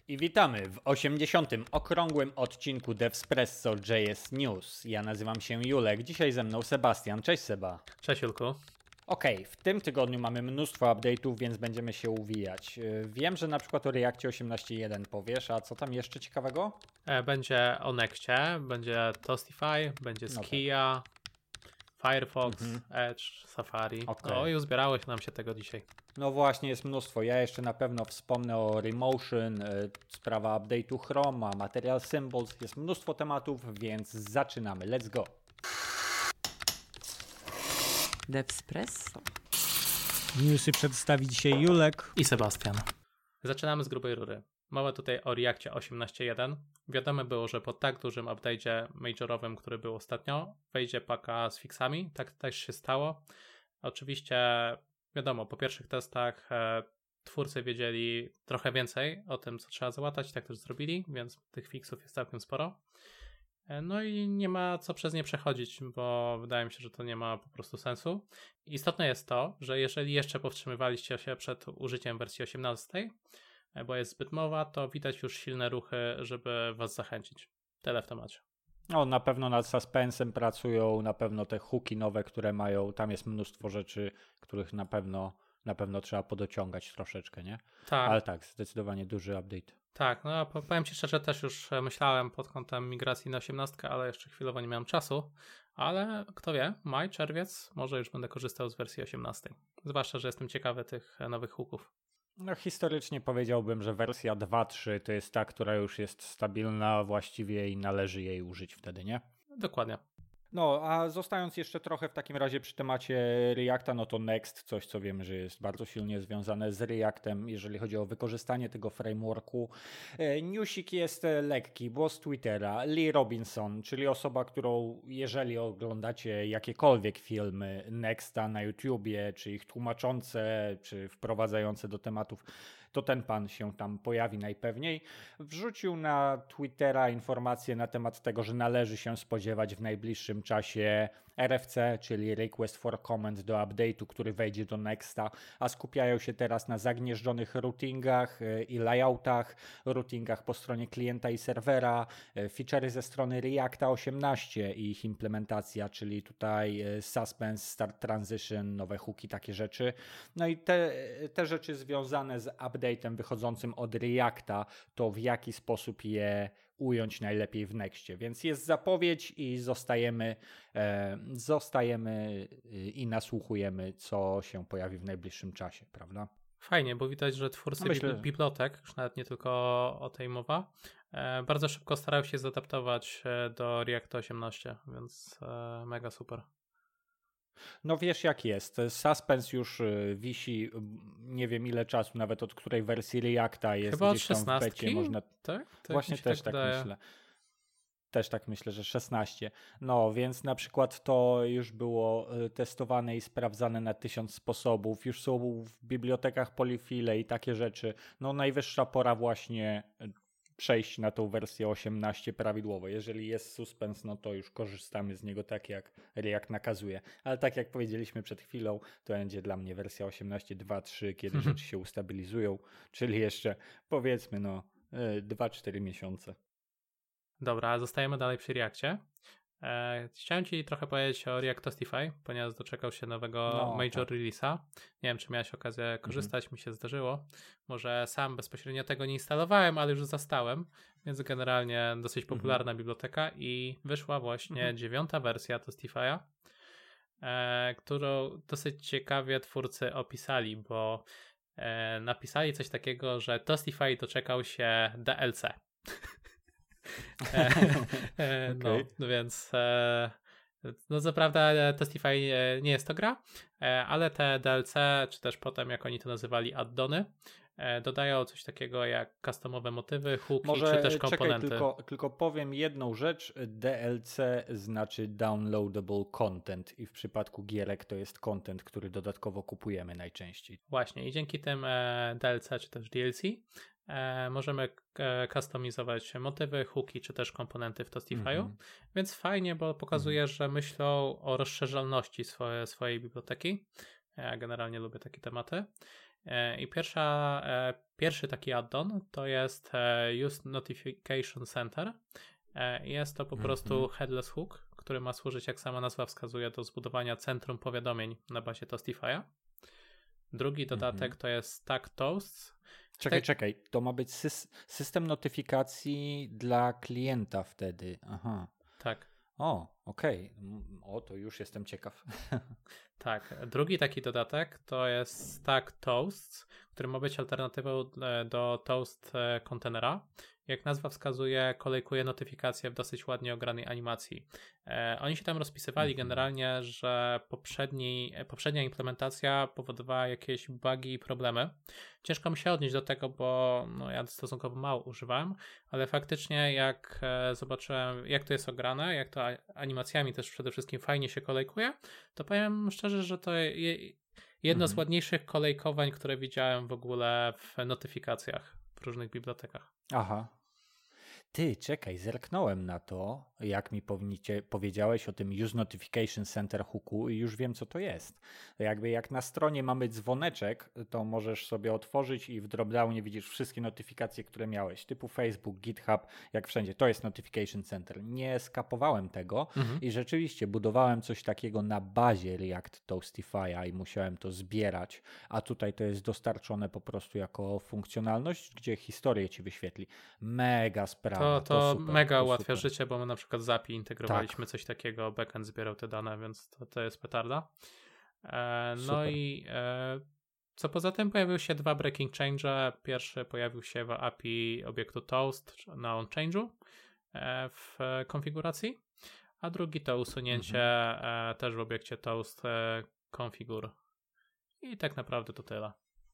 I witamy w 80. okrągłym odcinku Devspresso JS News. Ja nazywam się Julek, dzisiaj ze mną Sebastian. Cześć Seba. Cześć Julku. Okej, w tym tygodniu mamy mnóstwo update'ów, więc będziemy się uwijać. Wiem, że na przykład o Reactie 18.1 powiesz, a co tam jeszcze ciekawego? Będzie o Nexcie, będzie Toastify, będzie Skia, Firefox, Edge, Safari. Okej. No i uzbierało się nam się tego dzisiaj. No właśnie, jest mnóstwo. Ja jeszcze na pewno wspomnę o Remotion, sprawa update'u Chroma, Material Symbols. Jest mnóstwo tematów, więc zaczynamy. Let's go. Devspresso. Newsy przedstawi dzisiaj Julek I Sebastian. Zaczynamy z grubej rury. Mowa tutaj o Reactie 18.1. Wiadomo było, że po tak dużym update'cie majorowym, który był ostatnio, wejdzie paka z fixami. Tak też się stało. Oczywiście wiadomo, po pierwszych testach twórcy wiedzieli trochę więcej o tym, co trzeba załatać, tak też zrobili, więc tych fixów jest całkiem sporo. No i nie ma co przez nie przechodzić, bo wydaje mi się, że to nie ma po prostu sensu. Istotne jest to, że jeżeli jeszcze powstrzymywaliście się przed użyciem wersji 18, bo jest zbyt mowa, to widać już silne ruchy, żeby was zachęcić. Tyle w temacie. No, na pewno nad suspensem pracują, na pewno te hooki nowe, które mają, tam jest mnóstwo rzeczy, których na pewno trzeba podociągać troszeczkę, nie? Tak. Ale tak, zdecydowanie duży update. Tak, no powiem Ci szczerze, też już myślałem pod kątem migracji na 18, ale jeszcze chwilowo nie miałem czasu, ale kto wie, maj, czerwiec, może już będę korzystał z wersji 18. Zwłaszcza, że jestem ciekawy tych nowych hooków. No historycznie powiedziałbym, że wersja 2.3 to jest ta, która już jest stabilna właściwie i należy jej użyć wtedy, nie? Dokładnie. No, a zostając jeszcze trochę w takim razie przy temacie Reacta, no to Next, coś co wiemy, że jest bardzo silnie związane z Reactem, jeżeli chodzi o wykorzystanie tego frameworku. Newsik jest lekki, bo z Twittera Lee Robinson, czyli osoba, którą jeżeli oglądacie jakiekolwiek filmy Nexta na YouTubie, czy ich tłumaczące, czy wprowadzające do tematów, to ten pan się tam pojawi najpewniej. Wrzucił na Twittera informację na temat tego, że należy się spodziewać w najbliższym czasie RFC, czyli Request for Comment do update'u, który wejdzie do Nexta, a skupiają się teraz na zagnieżdżonych routingach i layoutach, routingach po stronie klienta i serwera, feature'y ze strony Reacta 18 i ich implementacja, czyli tutaj suspense, start transition, nowe hooki, takie rzeczy. No i te rzeczy związane z update'em wychodzącym od Reacta, to w jaki sposób je ująć najlepiej w Nexcie. Więc jest zapowiedź i zostajemy i nasłuchujemy, co się pojawi w najbliższym czasie, prawda? Fajnie, bo widać, że twórcy bibliotek, już nawet nie tylko o tej mowa, bardzo szybko starają się zaadaptować do Reacta 18, więc mega super. No wiesz jak jest, Suspense już wisi nie wiem ile czasu, nawet od której wersji Reacta jest. Chyba gdzieś tam od 16? w becie można... Tak? Właśnie też tak myślę. Też tak myślę, że 16. No, więc na przykład to już było testowane i sprawdzane na 1000 sposobów. Już są w bibliotekach polifile i takie rzeczy. No, najwyższa pora właśnie przejść na tą wersję 18 prawidłowo. Jeżeli jest suspens, no to już korzystamy z niego tak, jak React nakazuje. Ale tak jak powiedzieliśmy przed chwilą, to będzie dla mnie wersja 18.2.3, kiedy rzeczy się ustabilizują, czyli jeszcze powiedzmy 2-4 miesiące. Dobra, zostajemy dalej przy Reactie. Chciałem Ci trochę powiedzieć o React Toastify, ponieważ doczekał się nowego major release'a. Nie wiem, czy miałeś okazję korzystać, mi się zdarzyło. Może sam bezpośrednio tego nie instalowałem, ale już zastałem, więc generalnie dosyć popularna biblioteka i wyszła właśnie 9. wersja Toastify'a, którą dosyć ciekawie twórcy opisali, bo napisali coś takiego, że Toastify doczekał się DLC. No więc no co prawda Toastify nie jest to gra, ale te DLC, czy też potem jak oni to nazywali addony, dodają coś takiego jak customowe motywy, hooki, czy też komponenty. Tylko powiem jedną rzecz, DLC znaczy downloadable content i w przypadku gierek to jest content, który dodatkowo kupujemy najczęściej. Właśnie i dzięki tym DLC, czy też DLC możemy kustomizować motywy, hooki, czy też komponenty w Toastify'u, więc fajnie, bo pokazuje, że myślą o rozszerzalności swojej biblioteki. Ja generalnie lubię takie tematy. I pierwszy taki add-on to jest Use Notification Center. Jest to po prostu headless hook, który ma służyć, jak sama nazwa wskazuje, do zbudowania centrum powiadomień na bazie Toastify'a. Drugi dodatek to jest Stack Toasts. Czekaj, to ma być system notyfikacji dla klienta wtedy. Aha. Tak. O, okej. O, to już jestem ciekaw. Tak. Drugi taki dodatek to jest Stack Toasts, który ma być alternatywą do Toast kontenera. Jak nazwa wskazuje, kolejkuje notyfikacje w dosyć ładnie ogranej animacji. Oni się tam rozpisywali generalnie, że poprzednia implementacja powodowała jakieś bugi i problemy. Ciężko mi się odnieść do tego, bo ja stosunkowo mało używałem, ale faktycznie jak zobaczyłem, jak to jest ograne, jak to animacjami też przede wszystkim fajnie się kolejkuje, to powiem szczerze, że to jedno z ładniejszych kolejkowań, które widziałem w ogóle w notyfikacjach w różnych bibliotekach. Aha. Ty, czekaj, zerknąłem na to, jak mi powiedziałeś o tym Use Notification Center hooku i już wiem, co to jest. Jakby jak na stronie mamy dzwoneczek, to możesz sobie otworzyć i w dropdownie widzisz wszystkie notyfikacje, które miałeś, typu Facebook, GitHub, jak wszędzie. To jest Notification Center. Nie skapowałem tego i rzeczywiście budowałem coś takiego na bazie React Toastify'a i musiałem to zbierać, a tutaj to jest dostarczone po prostu jako funkcjonalność, gdzie historię ci wyświetli. Mega sprawa. To super, mega to ułatwia super. życie, bo my na przykład z API integrowaliśmy coś takiego, backend zbierał te dane, więc to jest petarda. Co poza tym pojawiły się 2 breaking change. Pierwszy pojawił się w API obiektu Toast na onChange'u w konfiguracji, a drugi to usunięcie też w obiekcie Toast configure. I tak naprawdę to tyle.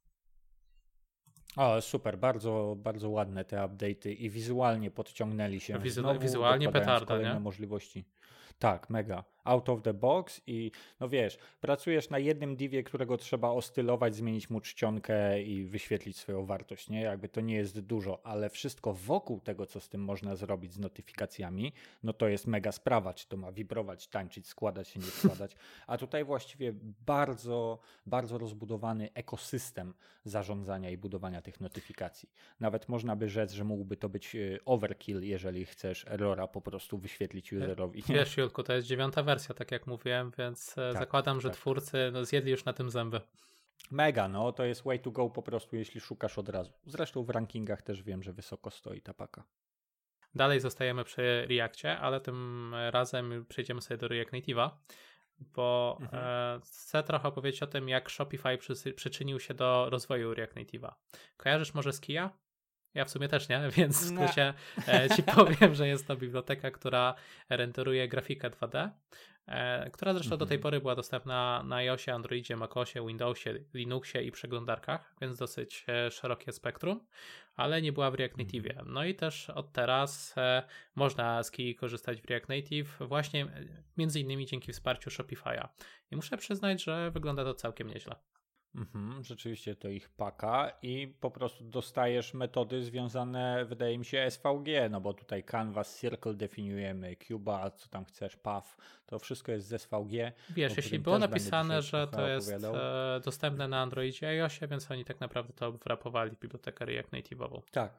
O, super, bardzo, bardzo ładne te update'y i wizualnie podciągnęli się. Wizualnie petarda, kolejne nie? możliwości. Tak, mega. Out of the box i no wiesz, pracujesz na jednym divie, którego trzeba ostylować, zmienić mu czcionkę i wyświetlić swoją wartość, nie? Jakby to nie jest dużo, ale wszystko wokół tego, co z tym można zrobić z notyfikacjami, no to jest mega sprawa, czy to ma wibrować, tańczyć, składać się, nie składać. A tutaj właściwie bardzo, bardzo rozbudowany ekosystem zarządzania i budowania tych notyfikacji. Nawet można by rzec, że mógłby to być overkill, jeżeli chcesz errora po prostu wyświetlić userowi. Wiesz, Julku, to jest 9. wersja, tak jak mówiłem, więc zakładam, że twórcy zjedli już na tym zęby. Mega, no to jest way to go po prostu, jeśli szukasz od razu. Zresztą w rankingach też wiem, że wysoko stoi ta paka. Dalej zostajemy przy Reactie, ale tym razem przejdziemy sobie do React Native'a, bo chcę trochę opowiedzieć o tym, jak Shopify przyczynił się do rozwoju React Native'a. Kojarzysz może Skia? Ja w sumie też nie, więc w skrócie ci powiem, że jest to biblioteka, która renderuje grafikę 2D, która zresztą do tej pory była dostępna na iOSie, Androidzie, macOSie, Windowsie, Linuxie i przeglądarkach, więc dosyć szerokie spektrum, ale nie była w React Native'ie. No i też od teraz można z Kii korzystać w React Native właśnie między innymi dzięki wsparciu Shopify'a. I muszę przyznać, że wygląda to całkiem nieźle. Rzeczywiście to ich paka i po prostu dostajesz metody związane, wydaje mi się, SVG, no bo tutaj Canvas, Circle definiujemy, Cuba, co tam chcesz, Path, to wszystko jest z SVG. Wiesz, jeśli było napisane, że to jest dostępne na Androidzie i iOSie, więc oni tak naprawdę to wrapowali w bibliotekę React Native'ową. Tak.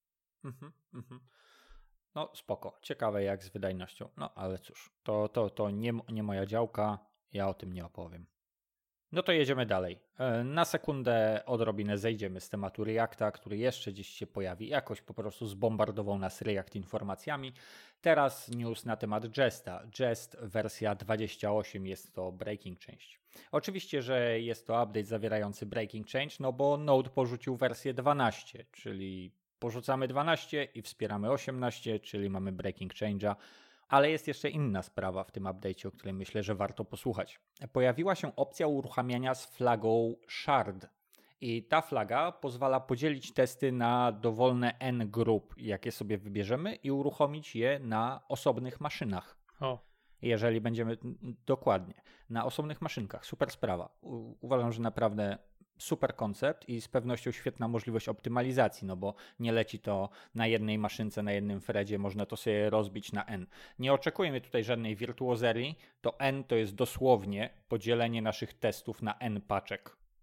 No spoko, ciekawe jak z wydajnością, no ale cóż, to nie moja działka, ja o tym nie opowiem. No to jedziemy dalej. Na sekundę odrobinę zejdziemy z tematu Reacta, który jeszcze dziś się pojawi. Jakoś po prostu zbombardował nas React informacjami. Teraz news na temat Jesta. Jest wersja 28 jest to breaking change. Oczywiście, że jest to update zawierający breaking change, no bo Node porzucił wersję 12, czyli porzucamy 12 i wspieramy 18, czyli mamy breaking change'a. Ale jest jeszcze inna sprawa w tym update'cie, o której myślę, że warto posłuchać. Pojawiła się opcja uruchamiania z flagą shard. I ta flaga pozwala podzielić testy na dowolne n grup, jakie sobie wybierzemy i uruchomić je na osobnych maszynach. Jeżeli będziemy dokładnie na osobnych maszynkach. Super sprawa. Uważam, że naprawdę super koncept i z pewnością świetna możliwość optymalizacji, no bo nie leci to na jednej maszynce, na jednym threadzie, można to sobie rozbić na n. Nie oczekujemy tutaj żadnej wirtuozerii, to n to jest dosłownie podzielenie naszych testów na n paczek,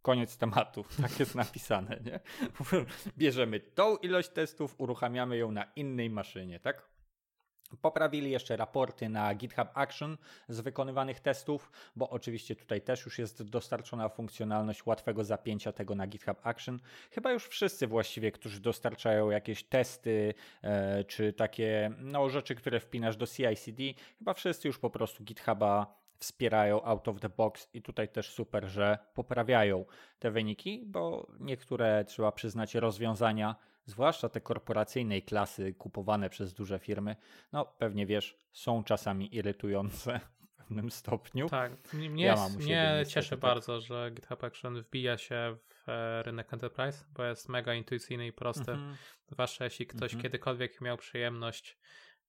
Koniec tematu. Tak jest napisane, nie? Bierzemy tą ilość testów, uruchamiamy ją na innej maszynie, tak? Poprawili jeszcze raporty na GitHub Action z wykonywanych testów, bo oczywiście tutaj też już jest dostarczona funkcjonalność łatwego zapięcia tego na GitHub Action. Chyba już wszyscy właściwie, którzy dostarczają jakieś testy czy takie rzeczy, które wpinasz do CI/CD, chyba wszyscy już po prostu GitHuba wspierają out of the box i tutaj też super, że poprawiają te wyniki, bo niektóre, trzeba przyznać, rozwiązania, zwłaszcza te korporacyjnej klasy kupowane przez duże firmy, pewnie wiesz, są czasami irytujące w pewnym stopniu. Tak, mnie cieszy bardzo, że GitHub Action wbija się w rynek Enterprise, bo jest mega intuicyjny i prosty. Zwłaszcza jeśli ktoś kiedykolwiek miał przyjemność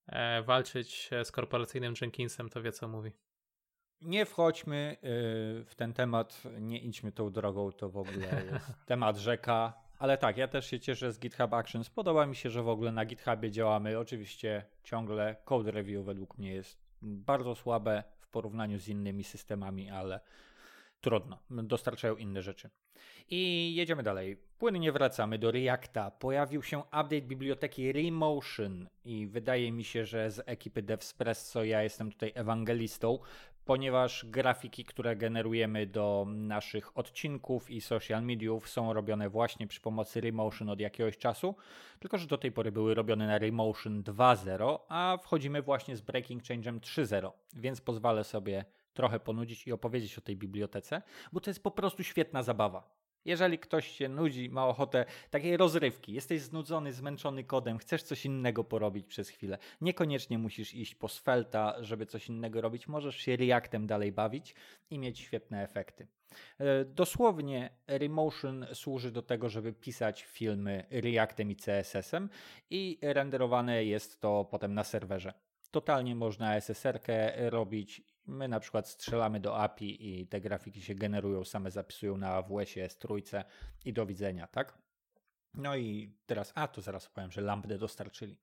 walczyć z korporacyjnym Jenkinsem, to wie, co mówi. Nie wchodźmy w ten temat, nie idźmy tą drogą, to w ogóle jest temat rzeka. Ale tak, ja też się cieszę z GitHub Actions. Podoba mi się, że w ogóle na GitHubie działamy. Oczywiście ciągle code review według mnie jest bardzo słabe w porównaniu z innymi systemami, ale trudno. Dostarczają inne rzeczy. I jedziemy dalej. Płynnie wracamy do Reacta. Pojawił się update biblioteki Remotion i wydaje mi się, że z ekipy DevSpresso ja jestem tutaj ewangelistą, ponieważ grafiki, które generujemy do naszych odcinków i social mediów są robione właśnie przy pomocy Remotion od jakiegoś czasu, tylko że do tej pory były robione na Remotion 2.0, a wchodzimy właśnie z Breaking Change'em 3.0, więc pozwolę sobie trochę ponudzić i opowiedzieć o tej bibliotece, bo to jest po prostu świetna zabawa. Jeżeli ktoś się nudzi, ma ochotę takiej rozrywki, jesteś znudzony, zmęczony kodem, chcesz coś innego porobić przez chwilę, niekoniecznie musisz iść po Svelta, żeby coś innego robić, możesz się Reactem dalej bawić i mieć świetne efekty. Dosłownie Remotion służy do tego, żeby pisać filmy Reactem i CSS-em i renderowane jest to potem na serwerze. Totalnie można SSR-kę robić. My na przykład strzelamy do API i te grafiki się generują, same zapisują na AWS-ie, S3 i do widzenia, tak? No i teraz, to zaraz powiem, że Lambdę dostarczyli.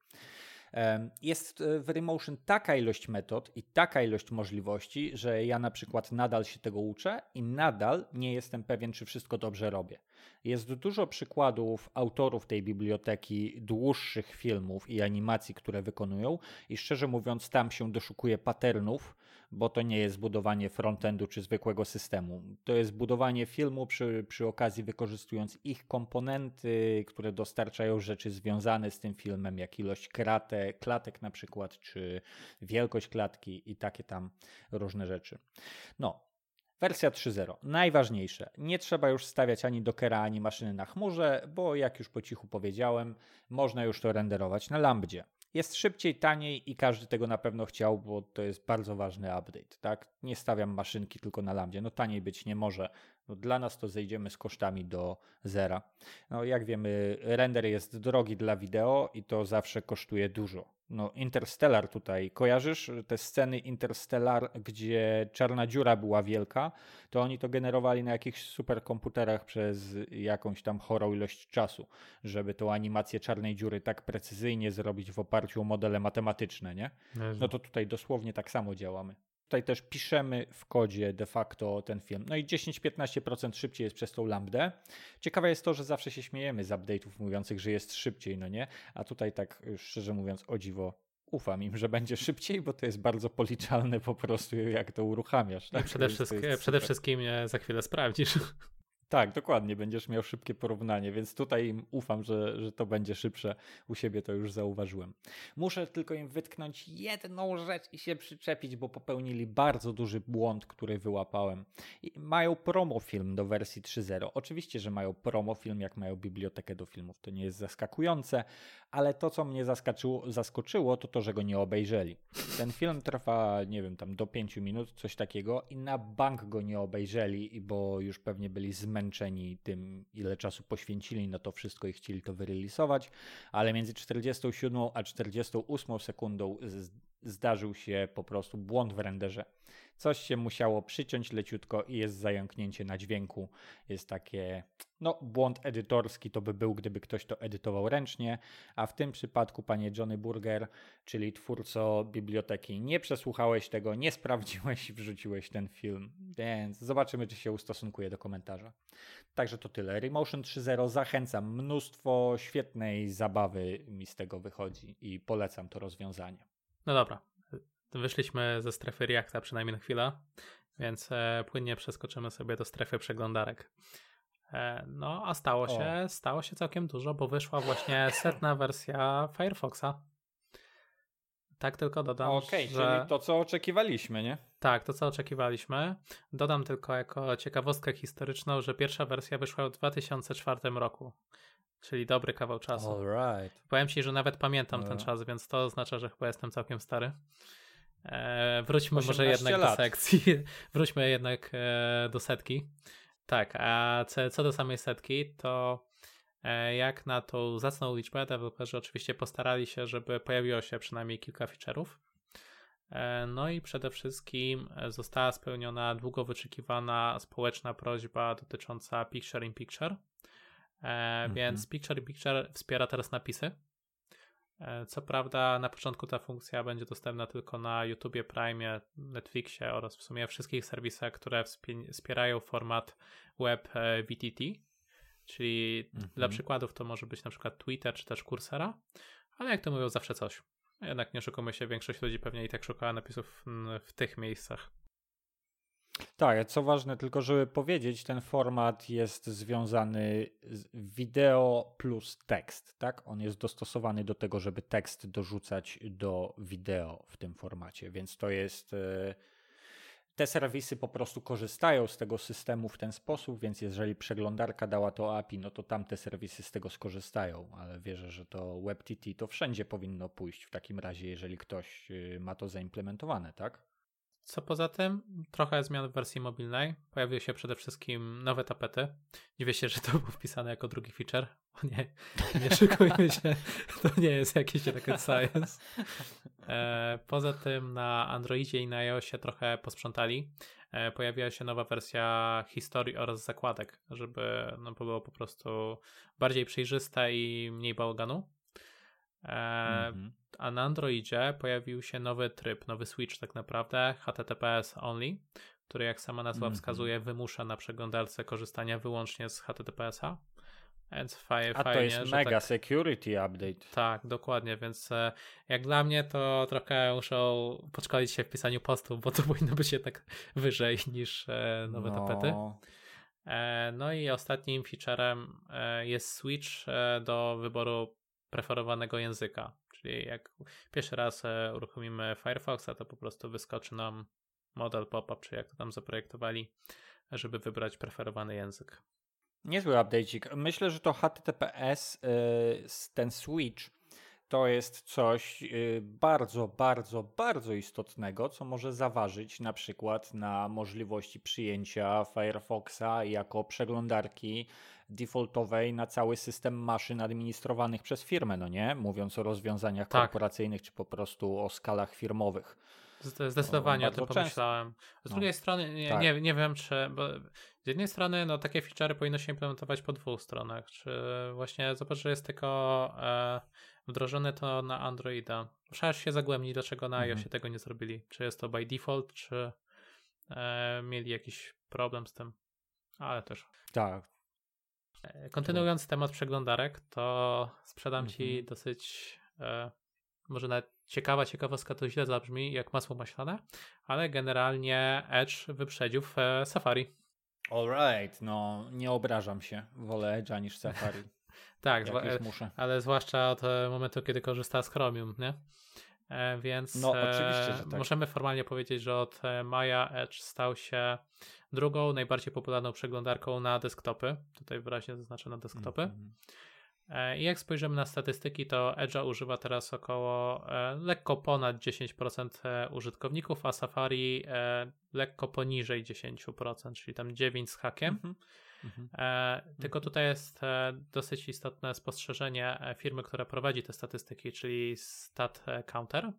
Jest w Remotion taka ilość metod i taka ilość możliwości, że ja na przykład nadal się tego uczę i nadal nie jestem pewien, czy wszystko dobrze robię. Jest dużo przykładów autorów tej biblioteki, dłuższych filmów i animacji, które wykonują i szczerze mówiąc tam się doszukuje patternów, bo to nie jest budowanie frontendu czy zwykłego systemu. To jest budowanie filmu przy okazji wykorzystując ich komponenty, które dostarczają rzeczy związane z tym filmem, jak ilość klatek na przykład, czy wielkość klatki i takie tam różne rzeczy. Wersja 3.0. Najważniejsze. Nie trzeba już stawiać ani Dockera, ani maszyny na chmurze, bo jak już po cichu powiedziałem, można już to renderować na Lambdzie. Jest szybciej, taniej i każdy tego na pewno chciał, bo to jest bardzo ważny update, tak? Nie stawiam maszynki tylko na Lambdzie, taniej być nie może. Dla nas to zejdziemy z kosztami do zera. Jak wiemy, render jest drogi dla wideo i to zawsze kosztuje dużo. Interstellar tutaj, kojarzysz te sceny Interstellar, gdzie czarna dziura była wielka, to oni to generowali na jakichś superkomputerach przez jakąś tam chorą ilość czasu, żeby tą animację czarnej dziury tak precyzyjnie zrobić w oparciu o modele matematyczne, nie? To tutaj dosłownie tak samo działamy. Tutaj też piszemy w kodzie de facto ten film. I 10-15% szybciej jest przez tą lambdę. Ciekawe jest to, że zawsze się śmiejemy z update'ów mówiących, że jest szybciej, nie? A tutaj tak szczerze mówiąc, o dziwo, ufam im, że będzie szybciej, bo to jest bardzo policzalne po prostu, jak to uruchamiasz. Tak? Przede wszystkim za chwilę sprawdzisz. Tak, dokładnie, będziesz miał szybkie porównanie, więc tutaj im ufam, że to będzie szybsze. U siebie to już zauważyłem. Muszę tylko im wytknąć jedną rzecz i się przyczepić, bo popełnili bardzo duży błąd, który wyłapałem. Mają promofilm do wersji 3.0. Oczywiście, że mają promofilm, jak mają bibliotekę do filmów. To nie jest zaskakujące, ale to, co mnie zaskoczyło, to, że go nie obejrzeli. Ten film trwa, nie wiem, tam do 5 minut, coś takiego i na bank go nie obejrzeli, bo już pewnie byli zmęczeni tym, ile czasu poświęcili na to wszystko i chcieli to wyrelisować, ale między 47 a 48 sekundą zdarzył się po prostu błąd w renderze. Coś się musiało przyciąć leciutko i jest zająknięcie na dźwięku. Jest takie, błąd edytorski to by był, gdyby ktoś to edytował ręcznie, a w tym przypadku, panie Johnny Burger, czyli twórco biblioteki, nie przesłuchałeś tego, nie sprawdziłeś i wrzuciłeś ten film, więc zobaczymy, czy się ustosunkuje do komentarza. Także to tyle. Remotion 3.0 zachęcam, mnóstwo świetnej zabawy mi z tego wychodzi i polecam to rozwiązanie. No dobra. Wyszliśmy ze strefy Reacta przynajmniej na chwilę, więc płynnie przeskoczymy sobie do strefy przeglądarek. A stało się całkiem dużo, bo wyszła właśnie 100. wersja Firefoxa. Tak tylko dodam, Okej, czyli to, co oczekiwaliśmy, nie? Tak, to co oczekiwaliśmy. Dodam tylko jako ciekawostkę historyczną, że pierwsza wersja wyszła w 2004 roku, czyli dobry kawał czasu. Alright. Powiem ci, że nawet pamiętam ten czas, więc to oznacza, że chyba jestem całkiem stary. Wróćmy może jednak do sekcji. Wróćmy jednak do setki. Tak, a co do samej setki, to jak na tą zacną liczbę, deweloperzy oczywiście postarali się, żeby pojawiło się przynajmniej kilka feature'ów. No i przede wszystkim została spełniona długo wyczekiwana społeczna prośba dotycząca Picture in Picture. Więc Picture in Picture wspiera teraz napisy. Co prawda na początku ta funkcja będzie dostępna tylko na YouTubie, Prime, Netflixie oraz w sumie wszystkich serwisach, które wspierają format web VTT, czyli dla przykładów to może być na przykład Twitter czy też Coursera, ale jak to mówią zawsze coś. Jednak nie oszukujmy się, większość ludzi pewnie i tak szukała napisów w tych miejscach. Tak, co ważne, tylko żeby powiedzieć, ten format jest związany z wideo plus tekst, tak? On jest dostosowany do tego, żeby tekst dorzucać do wideo w tym formacie, więc to jest... Te serwisy po prostu korzystają z tego systemu w ten sposób, więc jeżeli przeglądarka dała to API, no to tamte serwisy z tego skorzystają, ale wierzę, że to WebTT to wszędzie powinno pójść w takim razie, jeżeli ktoś ma to zaimplementowane, tak? Co poza tym, trochę zmian w wersji mobilnej. Pojawiły się przede wszystkim nowe tapety. Dziwię się, że to było wpisane jako drugi feature. O nie szykujmy się, to nie jest jakiś rocket science. Poza tym na Androidzie i na iOSie trochę posprzątali. Pojawiła się nowa wersja historii oraz zakładek, żeby było po prostu bardziej przejrzyste i mniej bałaganu. A na Androidzie pojawił się nowy tryb, nowy switch tak naprawdę, HTTPS only, który jak sama nazwa wskazuje wymusza na przeglądarce korzystania wyłącznie z HTTPS-a. Więc fajnie, to jest mega security update. Tak, dokładnie, więc jak dla mnie to trochę muszą podszkolić się w pisaniu postów, bo to powinno być jednak wyżej niż nowe tapety. No i ostatnim featurem jest switch do wyboru preferowanego języka, czyli jak pierwszy raz uruchomimy Firefoxa, to po prostu wyskoczy nam model pop-up, czy jak to tam zaprojektowali, żeby wybrać preferowany język. Niezły update'ik. Myślę, że to HTTPS, ten switch, to jest coś bardzo, bardzo, bardzo istotnego, co może zaważyć na przykład na możliwości przyjęcia Firefoxa jako przeglądarki defaultowej na cały system maszyn administrowanych przez firmę, no nie? Mówiąc o rozwiązaniach korporacyjnych, czy po prostu o skalach firmowych. Zdecydowanie o tym pomyślałem. Z drugiej strony nie wiem, czy... Bo z jednej strony takie feature powinno się implementować po dwóch stronach. Czy właśnie zobacz, że jest tylko wdrożone to na Androida. Trzeba się zagłębić, dlaczego na iOSie tego nie zrobili. Czy jest to by default, czy mieli jakiś problem z tym. Ale też. Tak. Kontynuując temat przeglądarek, to sprzedam Ci dosyć może nawet ciekawostka, to źle zabrzmi jak masło maślane, ale generalnie Edge wyprzedził w Safari. Alright, no nie obrażam się. Wolę Edge'a niż Safari. Tak, ale zwłaszcza od momentu, kiedy korzysta z Chromium, nie? Więc oczywiście, że tak. Możemy formalnie powiedzieć, że od maja Edge stał się drugą najbardziej popularną przeglądarką na desktopy. Tutaj wyraźnie zaznaczę na desktopy. I jak spojrzymy na statystyki, to Edge'a używa teraz około lekko ponad 10% użytkowników, a Safari lekko poniżej 10%, czyli tam 9 z hakiem. Tylko tutaj jest dosyć istotne spostrzeżenie firmy, która prowadzi te statystyki, czyli StatCounter,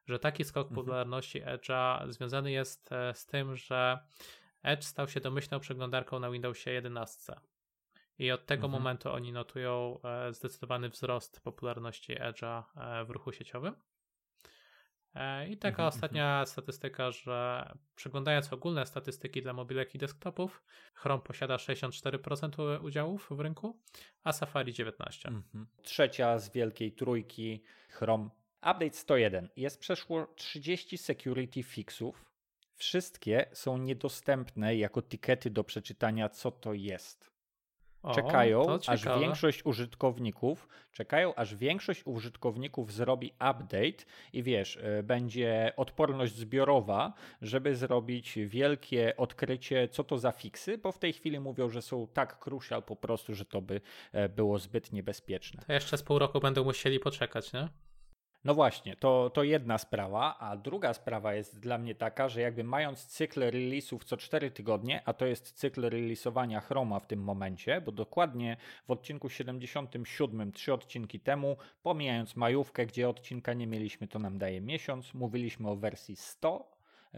że taki skok popularności Edge'a związany jest z tym, że Edge stał się domyślną przeglądarką na Windowsie 11. I od tego momentu oni notują zdecydowany wzrost popularności Edge'a w ruchu sieciowym. I taka ostatnia statystyka, że przeglądając ogólne statystyki dla mobilek i desktopów, Chrome posiada 64% udziałów w rynku, a Safari 19%. Trzecia z wielkiej trójki Chrome. Update 101. Jest przeszło 30 security fixów. Wszystkie są niedostępne jako tikety do przeczytania, co to jest. Czekają, aż większość użytkowników zrobi update i wiesz, będzie odporność zbiorowa, żeby zrobić wielkie odkrycie, co to za fiksy, bo w tej chwili mówią, że są tak crucial po prostu, że to by było zbyt niebezpieczne. To jeszcze z pół roku będą musieli poczekać, nie? No właśnie, to jedna sprawa, a druga sprawa jest dla mnie taka, że jakby mając cykl release'ów co 4 tygodnie, a to jest cykl releasowania Chroma w tym momencie, bo dokładnie w odcinku 77, 3 odcinki temu, pomijając majówkę, gdzie odcinka nie mieliśmy, to nam daje miesiąc, mówiliśmy o wersji 100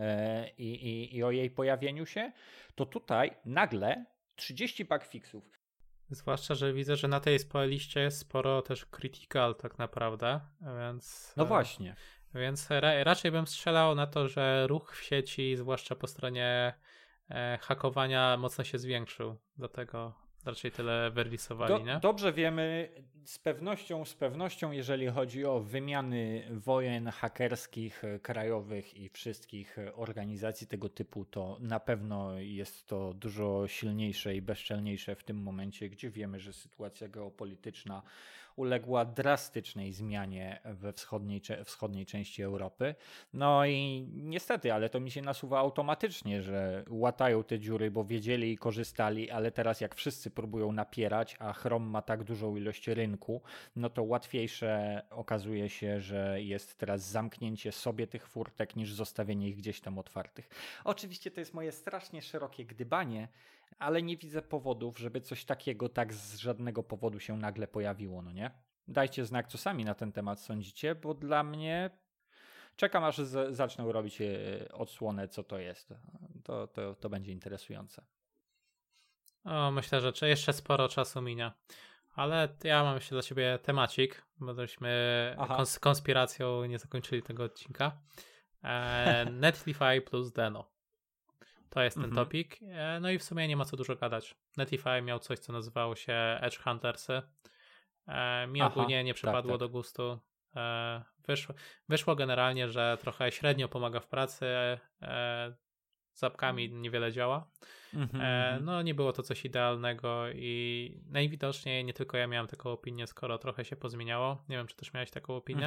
i o jej pojawieniu się, to tutaj nagle 30 bug fixów. Zwłaszcza, że widzę, że na tej liście jest sporo też critical tak naprawdę, więc... No właśnie. Więc raczej bym strzelał na to, że ruch w sieci, zwłaszcza po stronie hakowania, mocno się zwiększył. Dlatego raczej tyle wyrisowali, nie? Dobrze wiemy, z pewnością, jeżeli chodzi o wymiany wojen hakerskich, krajowych i wszystkich organizacji tego typu, to na pewno jest to dużo silniejsze i bezczelniejsze w tym momencie, gdzie wiemy, że sytuacja geopolityczna uległa drastycznej zmianie we wschodniej części Europy. No i niestety, ale to mi się nasuwa automatycznie, że łatają te dziury, bo wiedzieli i korzystali, ale teraz jak wszyscy próbują napierać, a Chrome ma tak dużą ilość rynku, no to łatwiejsze okazuje się, że jest teraz zamknięcie sobie tych furtek, niż zostawienie ich gdzieś tam otwartych. Oczywiście to jest moje strasznie szerokie gdybanie, ale nie widzę powodów, żeby coś takiego tak z żadnego powodu się nagle pojawiło, no nie? Dajcie znak, co sami na ten temat sądzicie, bo dla mnie czekam, aż zaczną robić odsłonę, co to jest. To będzie interesujące. Myślę, że jeszcze sporo czasu minie. Ale ja mam jeszcze dla ciebie temacik, bo żeśmy z konspiracją nie zakończyli tego odcinka. Netlify plus Deno. To jest ten topik. No i w sumie nie ma co dużo gadać. Netlify miał coś, co nazywało się Edge Huntersy. Mi ogólnie nie przypadło do gustu. Wyszło generalnie, że trochę średnio pomaga w pracy. Z apkami niewiele działa. No nie było to coś idealnego i najwidoczniej nie tylko ja miałem taką opinię, skoro trochę się pozmieniało. Nie wiem, czy też miałeś taką opinię?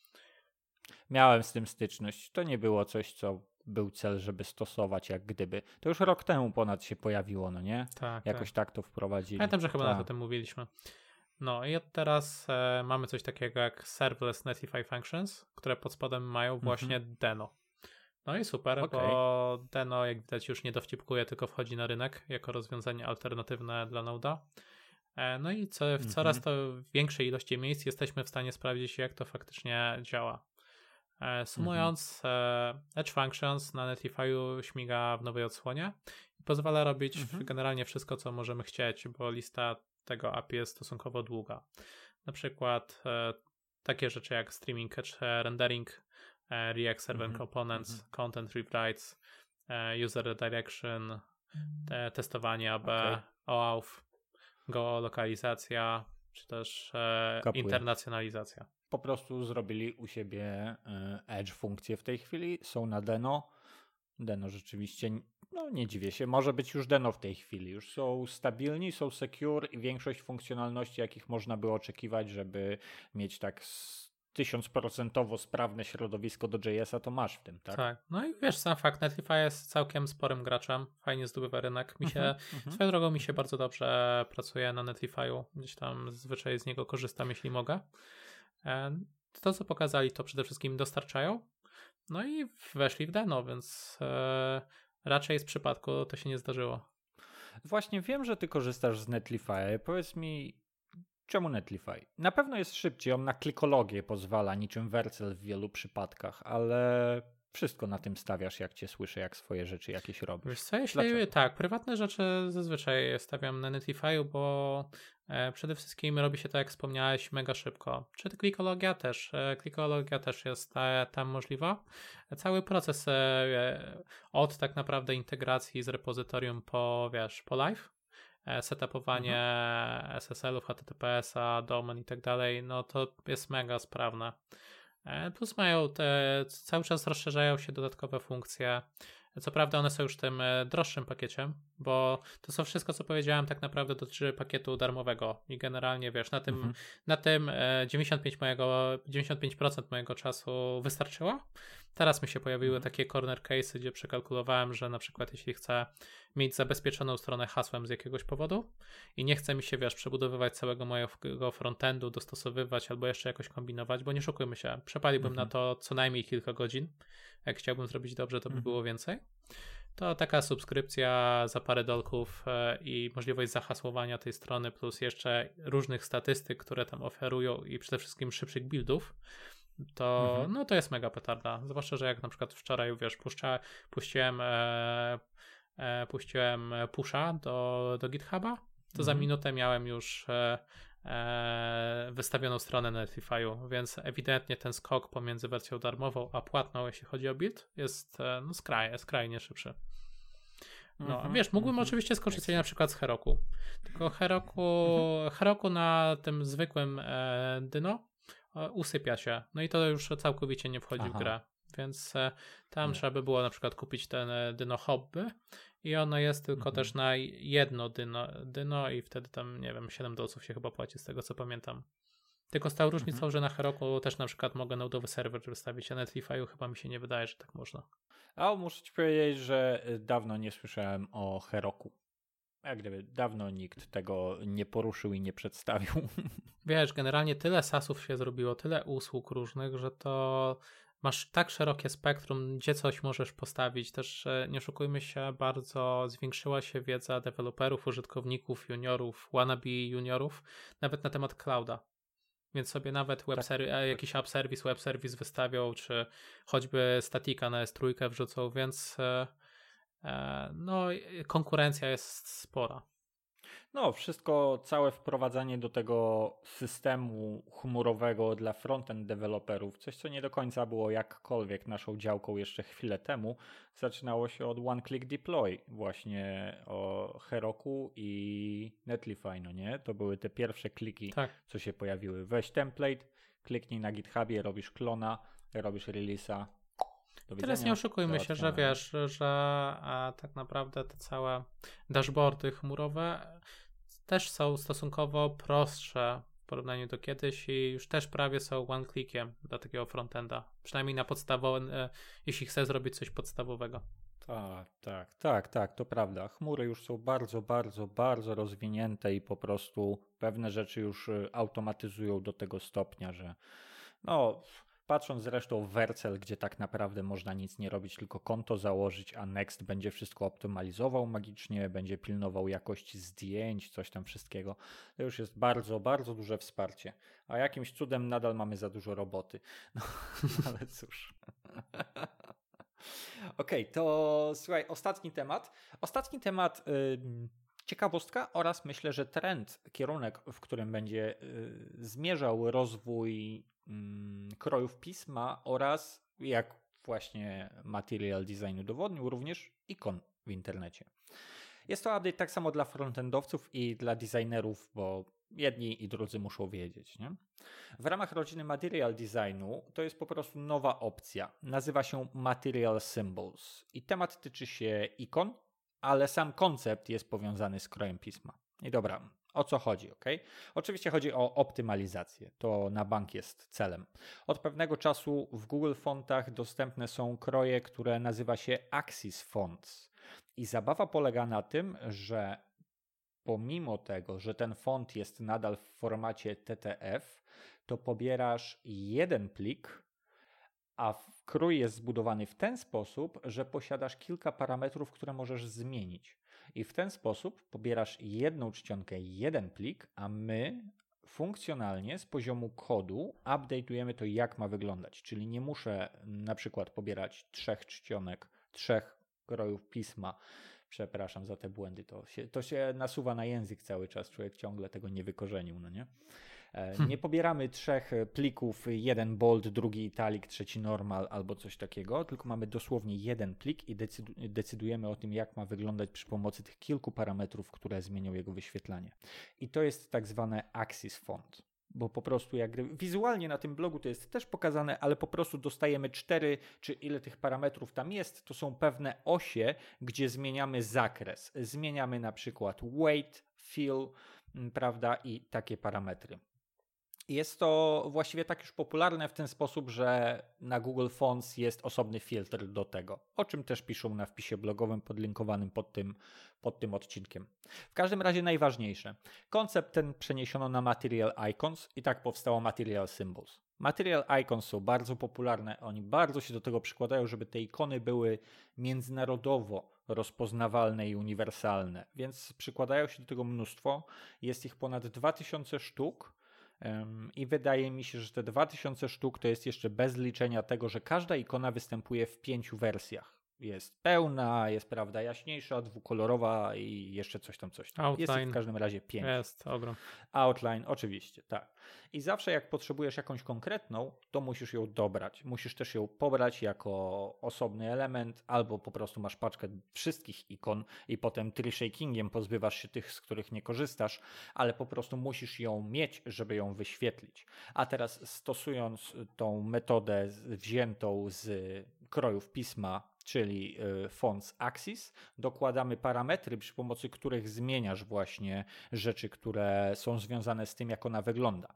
Miałem z tym styczność. To nie było coś, co był cel, żeby stosować jak gdyby. To już rok temu ponad się pojawiło, no nie? Tak. Jakoś tak to wprowadzili. Pamiętam, że chyba o tym mówiliśmy. No i od teraz mamy coś takiego jak Serverless Netlify Functions, które pod spodem mają właśnie Deno. No i super, bo Deno, jak widać, już nie dowcipkuje, tylko wchodzi na rynek jako rozwiązanie alternatywne dla Node'a. No i w coraz to większej ilości miejsc jesteśmy w stanie sprawdzić, jak to faktycznie działa. Sumując, Edge Functions na Netlify'u śmiga w nowej odsłonie i pozwala robić generalnie wszystko, co możemy chcieć, bo lista tego API jest stosunkowo długa. Na przykład takie rzeczy jak Streaming Edge Rendering, React Server Components, Content Rewrites, User Redirection, testowanie AB, OAuth, geolokalizacja, czy też internacjonalizacja. Po prostu zrobili u siebie Edge funkcje w tej chwili, są na Deno. Deno rzeczywiście, no nie dziwię się, może być już Deno w tej chwili. Już są stabilni, są secure i większość funkcjonalności, jakich można było oczekiwać, żeby mieć tak 1000% sprawne środowisko do JS-a, to masz w tym, tak? Tak, no i wiesz, sam fakt, Netlify jest całkiem sporym graczem, fajnie zdobywa rynek. Swoją drogą mi się bardzo dobrze pracuje na Netlify'u, gdzieś tam zazwyczaj z niego korzystam, jeśli mogę. To, co pokazali, to przede wszystkim dostarczają. No i weszli w Deno, więc raczej z przypadku to się nie zdarzyło. Właśnie wiem, że ty korzystasz z Netlify'a. Powiedz mi, Czemu Netlify? Na pewno jest szybciej, on na klikologię pozwala, niczym Vercel w wielu przypadkach, ale wszystko na tym stawiasz, jak cię słyszę, jak swoje rzeczy jakieś robisz. Wiesz co, Dlaczego? tak, prywatne rzeczy zazwyczaj stawiam na Netlify'u, bo przede wszystkim robi się to, jak wspomniałeś, mega szybko. Czy to klikologia też jest tam możliwa. Cały proces od tak naprawdę integracji z repozytorium po live, setupowanie SSL-ów, HTTPS-a, domen i tak dalej, no to jest mega sprawne. Plus mają cały czas rozszerzają się dodatkowe funkcje. Co prawda one są już w tym droższym pakiecie, bo to są wszystko, co powiedziałem, tak naprawdę dotyczy pakietu darmowego i generalnie wiesz, na tym 95% mojego czasu wystarczyło. Teraz mi się pojawiły takie corner case'y, gdzie przekalkulowałem, że na przykład jeśli chcę mieć zabezpieczoną stronę hasłem z jakiegoś powodu i nie chce mi się, wiesz, przebudowywać całego mojego frontendu, dostosowywać albo jeszcze jakoś kombinować, bo nie szukujmy się, przepaliłbym na to co najmniej kilka godzin. Jak chciałbym zrobić dobrze, to by było więcej. To taka subskrypcja za parę dolków i możliwość zahasłowania tej strony, plus jeszcze różnych statystyk, które tam oferują i przede wszystkim szybszych buildów, to no to jest mega petarda. Zwłaszcza, że jak na przykład wczoraj, wiesz, puściłem pusha do GitHuba, to za minutę miałem już wystawioną stronę na Netlify'u, więc ewidentnie ten skok pomiędzy wersją darmową a płatną, jeśli chodzi o build, jest skrajnie szybszy. No, wiesz, mógłbym oczywiście skorzystać na przykład z Heroku, tylko Heroku na tym zwykłym Dyno usypia się, no i to już całkowicie nie wchodzi w grę, więc tam trzeba by było na przykład kupić ten Dyno Hobby i ono jest tylko też na jedno dyno i wtedy tam, nie wiem, $7 się chyba płaci, z tego co pamiętam. Tylko z tą różnicą, że na Heroku też na przykład mogę nodowy serwer wystawić, a na Netlify'u chyba mi się nie wydaje, że tak można. A muszę ci powiedzieć, że dawno nie słyszałem o Heroku. Jak gdyby dawno nikt tego nie poruszył i nie przedstawił. Wiesz, generalnie tyle SaaS-ów się zrobiło, tyle usług różnych, że to masz tak szerokie spektrum, gdzie coś możesz postawić. Też nie oszukujmy się, bardzo zwiększyła się wiedza deweloperów, użytkowników, juniorów, wannabe juniorów, nawet na temat clouda. Więc sobie nawet jakiś app service, web service wystawią, czy choćby statika na S3 wrzucą, więc no konkurencja jest spora. No, wszystko, całe wprowadzanie do tego systemu chmurowego dla frontend deweloperów, coś co nie do końca było jakkolwiek naszą działką jeszcze chwilę temu, zaczynało się od One Click Deploy, właśnie o Heroku i Netlify, no nie? To były te pierwsze kliki, co się pojawiły. Weź template, kliknij na GitHubie, robisz klona, robisz release'a. Teraz nie oszukujmy się, że wiesz, że tak naprawdę te całe dashboardy chmurowe też są stosunkowo prostsze w porównaniu do kiedyś i już też prawie są one-clickiem dla takiego frontenda. Przynajmniej na podstawowym, jeśli chcę zrobić coś podstawowego. Tak, to prawda. Chmury już są bardzo, bardzo, bardzo rozwinięte i po prostu pewne rzeczy już automatyzują do tego stopnia, że no... Patrząc zresztą w Vercel, gdzie tak naprawdę można nic nie robić, tylko konto założyć, a Next będzie wszystko optymalizował magicznie, będzie pilnował jakości zdjęć, coś tam wszystkiego. To już jest bardzo, bardzo duże wsparcie. A jakimś cudem nadal mamy za dużo roboty. No, ale cóż. Okej, to słuchaj, ostatni temat, ciekawostka oraz myślę, że trend, kierunek, w którym będzie zmierzał rozwój krojów pisma oraz, jak właśnie Material Design udowodnił, również ikon w internecie. Jest to update tak samo dla frontendowców i dla designerów, bo jedni i drudzy muszą wiedzieć. Nie? W ramach rodziny Material Designu to jest po prostu nowa opcja. Nazywa się Material Symbols i temat tyczy się ikon, ale sam koncept jest powiązany z krojem pisma. I dobra, o co chodzi, ok? Oczywiście chodzi o optymalizację, to na bank jest celem. Od pewnego czasu w Google Fontach dostępne są kroje, które nazywa się Axis Fonts. I zabawa polega na tym, że pomimo tego, że ten font jest nadal w formacie TTF, to pobierasz jeden plik, a krój jest zbudowany w ten sposób, że posiadasz kilka parametrów, które możesz zmienić. I w ten sposób pobierasz jedną czcionkę, jeden plik, a my funkcjonalnie z poziomu kodu update'ujemy to, jak ma wyglądać. Czyli nie muszę na przykład pobierać 3 czcionek, 3 krojów pisma. Przepraszam za te błędy. To się nasuwa na język cały czas. Człowiek ciągle tego nie wykorzenił, no nie? Nie pobieramy 3 plików, jeden bold, drugi italic, trzeci normal albo coś takiego, tylko mamy dosłownie jeden plik i decydujemy o tym, jak ma wyglądać przy pomocy tych kilku parametrów, które zmienią jego wyświetlanie. I to jest tak zwane axis font, bo po prostu wizualnie na tym blogu to jest też pokazane, ale po prostu dostajemy 4, czy ile tych parametrów tam jest, to są pewne osie, gdzie zmieniamy zakres. Zmieniamy na przykład weight, fill, prawda, i takie parametry. Jest to właściwie tak już popularne w ten sposób, że na Google Fonts jest osobny filtr do tego, o czym też piszą na wpisie blogowym podlinkowanym pod tym odcinkiem. W każdym razie najważniejsze. Koncept ten przeniesiono na Material Icons i tak powstało Material Symbols. Material Icons są bardzo popularne, oni bardzo się do tego przykładają, żeby te ikony były międzynarodowo rozpoznawalne i uniwersalne, więc przykładają się do tego mnóstwo. Jest ich ponad 2000 sztuk. I wydaje mi się, że te 2000 sztuk to jest jeszcze bez liczenia tego, że każda ikona występuje w 5 wersjach. Jest pełna, jest prawda jaśniejsza, dwukolorowa i jeszcze coś tam. Outline. Jest ich w każdym razie 5. Jest, ogrom. Outline, oczywiście, tak. I zawsze jak potrzebujesz jakąś konkretną, to musisz ją dobrać. Musisz też ją pobrać jako osobny element, albo po prostu masz paczkę wszystkich ikon i potem tree-shakingiem pozbywasz się tych, z których nie korzystasz, ale po prostu musisz ją mieć, żeby ją wyświetlić. A teraz stosując tą metodę wziętą z krojów pisma, czyli fonts axis, dokładamy parametry, przy pomocy których zmieniasz właśnie rzeczy, które są związane z tym, jak ona wygląda.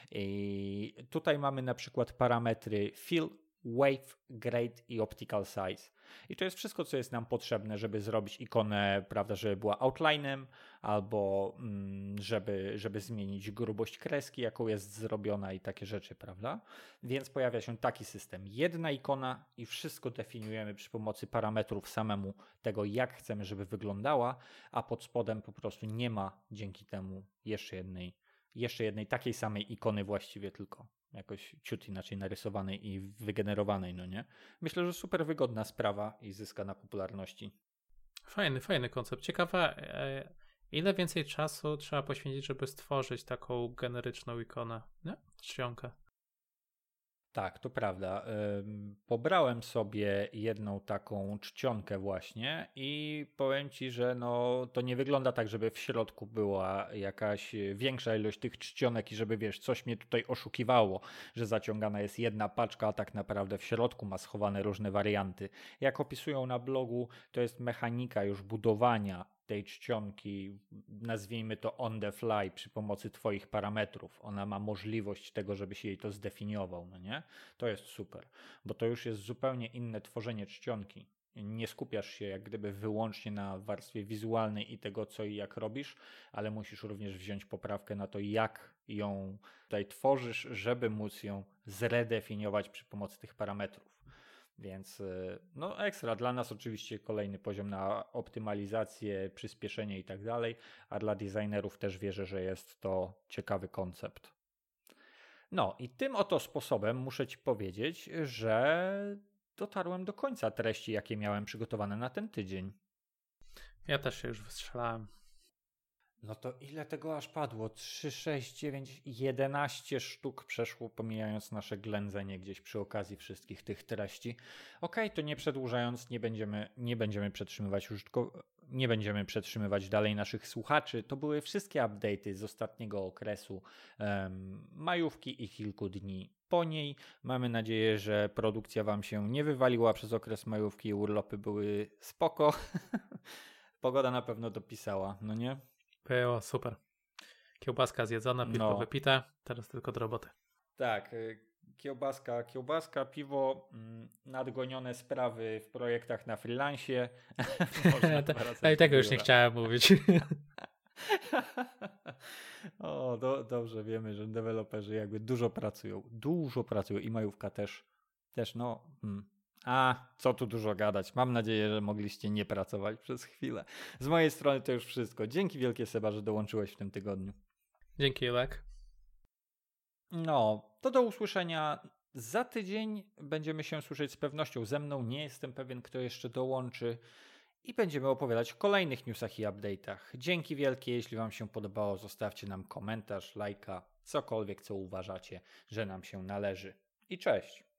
I tutaj mamy na przykład parametry fill, wave, grade i optical size. I to jest wszystko, co jest nam potrzebne, żeby zrobić ikonę, prawda, żeby była outlinem, albo żeby zmienić grubość kreski, jaką jest zrobiona i takie rzeczy, prawda? Więc pojawia się taki system. Jedna ikona i wszystko definiujemy przy pomocy parametrów samemu tego, jak chcemy, żeby wyglądała, a pod spodem po prostu nie ma dzięki temu jeszcze jednej takiej samej ikony właściwie, tylko jakoś ciut inaczej narysowanej i wygenerowanej, no nie? Myślę, że super wygodna sprawa i zyska na popularności. Fajny koncept. Ciekawe, ile więcej czasu trzeba poświęcić, żeby stworzyć taką generyczną ikonę, nie? Czcionkę. Tak, to prawda. Pobrałem sobie jedną taką czcionkę właśnie i powiem Ci, że no, to nie wygląda tak, żeby w środku była jakaś większa ilość tych czcionek i żeby, wiesz, coś mnie tutaj oszukiwało, że zaciągana jest jedna paczka, a tak naprawdę w środku ma schowane różne warianty. Jak opisują na blogu, to jest mechanika już budowania tej czcionki, nazwijmy to on the fly, przy pomocy Twoich parametrów. Ona ma możliwość tego, żebyś jej to zdefiniował, no nie? To jest super, bo to już jest zupełnie inne tworzenie czcionki. Nie skupiasz się jak gdyby wyłącznie na warstwie wizualnej i tego, co i jak robisz, ale musisz również wziąć poprawkę na to, jak ją tutaj tworzysz, żeby móc ją zredefiniować przy pomocy tych parametrów. Więc no ekstra. Dla nas oczywiście kolejny poziom na optymalizację, przyspieszenie i tak dalej, a dla designerów też wierzę, że jest to ciekawy koncept. No i tym oto sposobem muszę Ci powiedzieć, że dotarłem do końca treści, jakie miałem przygotowane na ten tydzień. Ja też się już wystrzelałem. No to ile tego aż padło? 3, 6, 9, 11 sztuk przeszło, pomijając nasze ględzenie gdzieś przy okazji wszystkich tych treści. Okej, to nie przedłużając, nie będziemy przetrzymywać dalej naszych słuchaczy. To były wszystkie update'y z ostatniego okresu majówki i kilku dni po niej. Mamy nadzieję, że produkcja Wam się nie wywaliła przez okres majówki i urlopy były spoko. Pogoda na pewno dopisała, no nie? Było super. Kiełbaska zjedzona, piwo wypite, teraz tylko do roboty. Tak, kiełbaska, piwo, nadgonione sprawy w projektach na freelancie. I tego już nie chciałem mówić. O, dobrze wiemy, że deweloperzy jakby dużo pracują i majówka też no. A, co tu dużo gadać. Mam nadzieję, że mogliście nie pracować przez chwilę. Z mojej strony to już wszystko. Dzięki wielkie, Seba, że dołączyłeś w tym tygodniu. Dzięki, Julek. No, to do usłyszenia za tydzień. Będziemy się słyszeć z pewnością ze mną. Nie jestem pewien, kto jeszcze dołączy. I będziemy opowiadać o kolejnych newsach i update'ach. Dzięki wielkie, jeśli Wam się podobało, zostawcie nam komentarz, lajka, cokolwiek, co uważacie, że nam się należy. I cześć!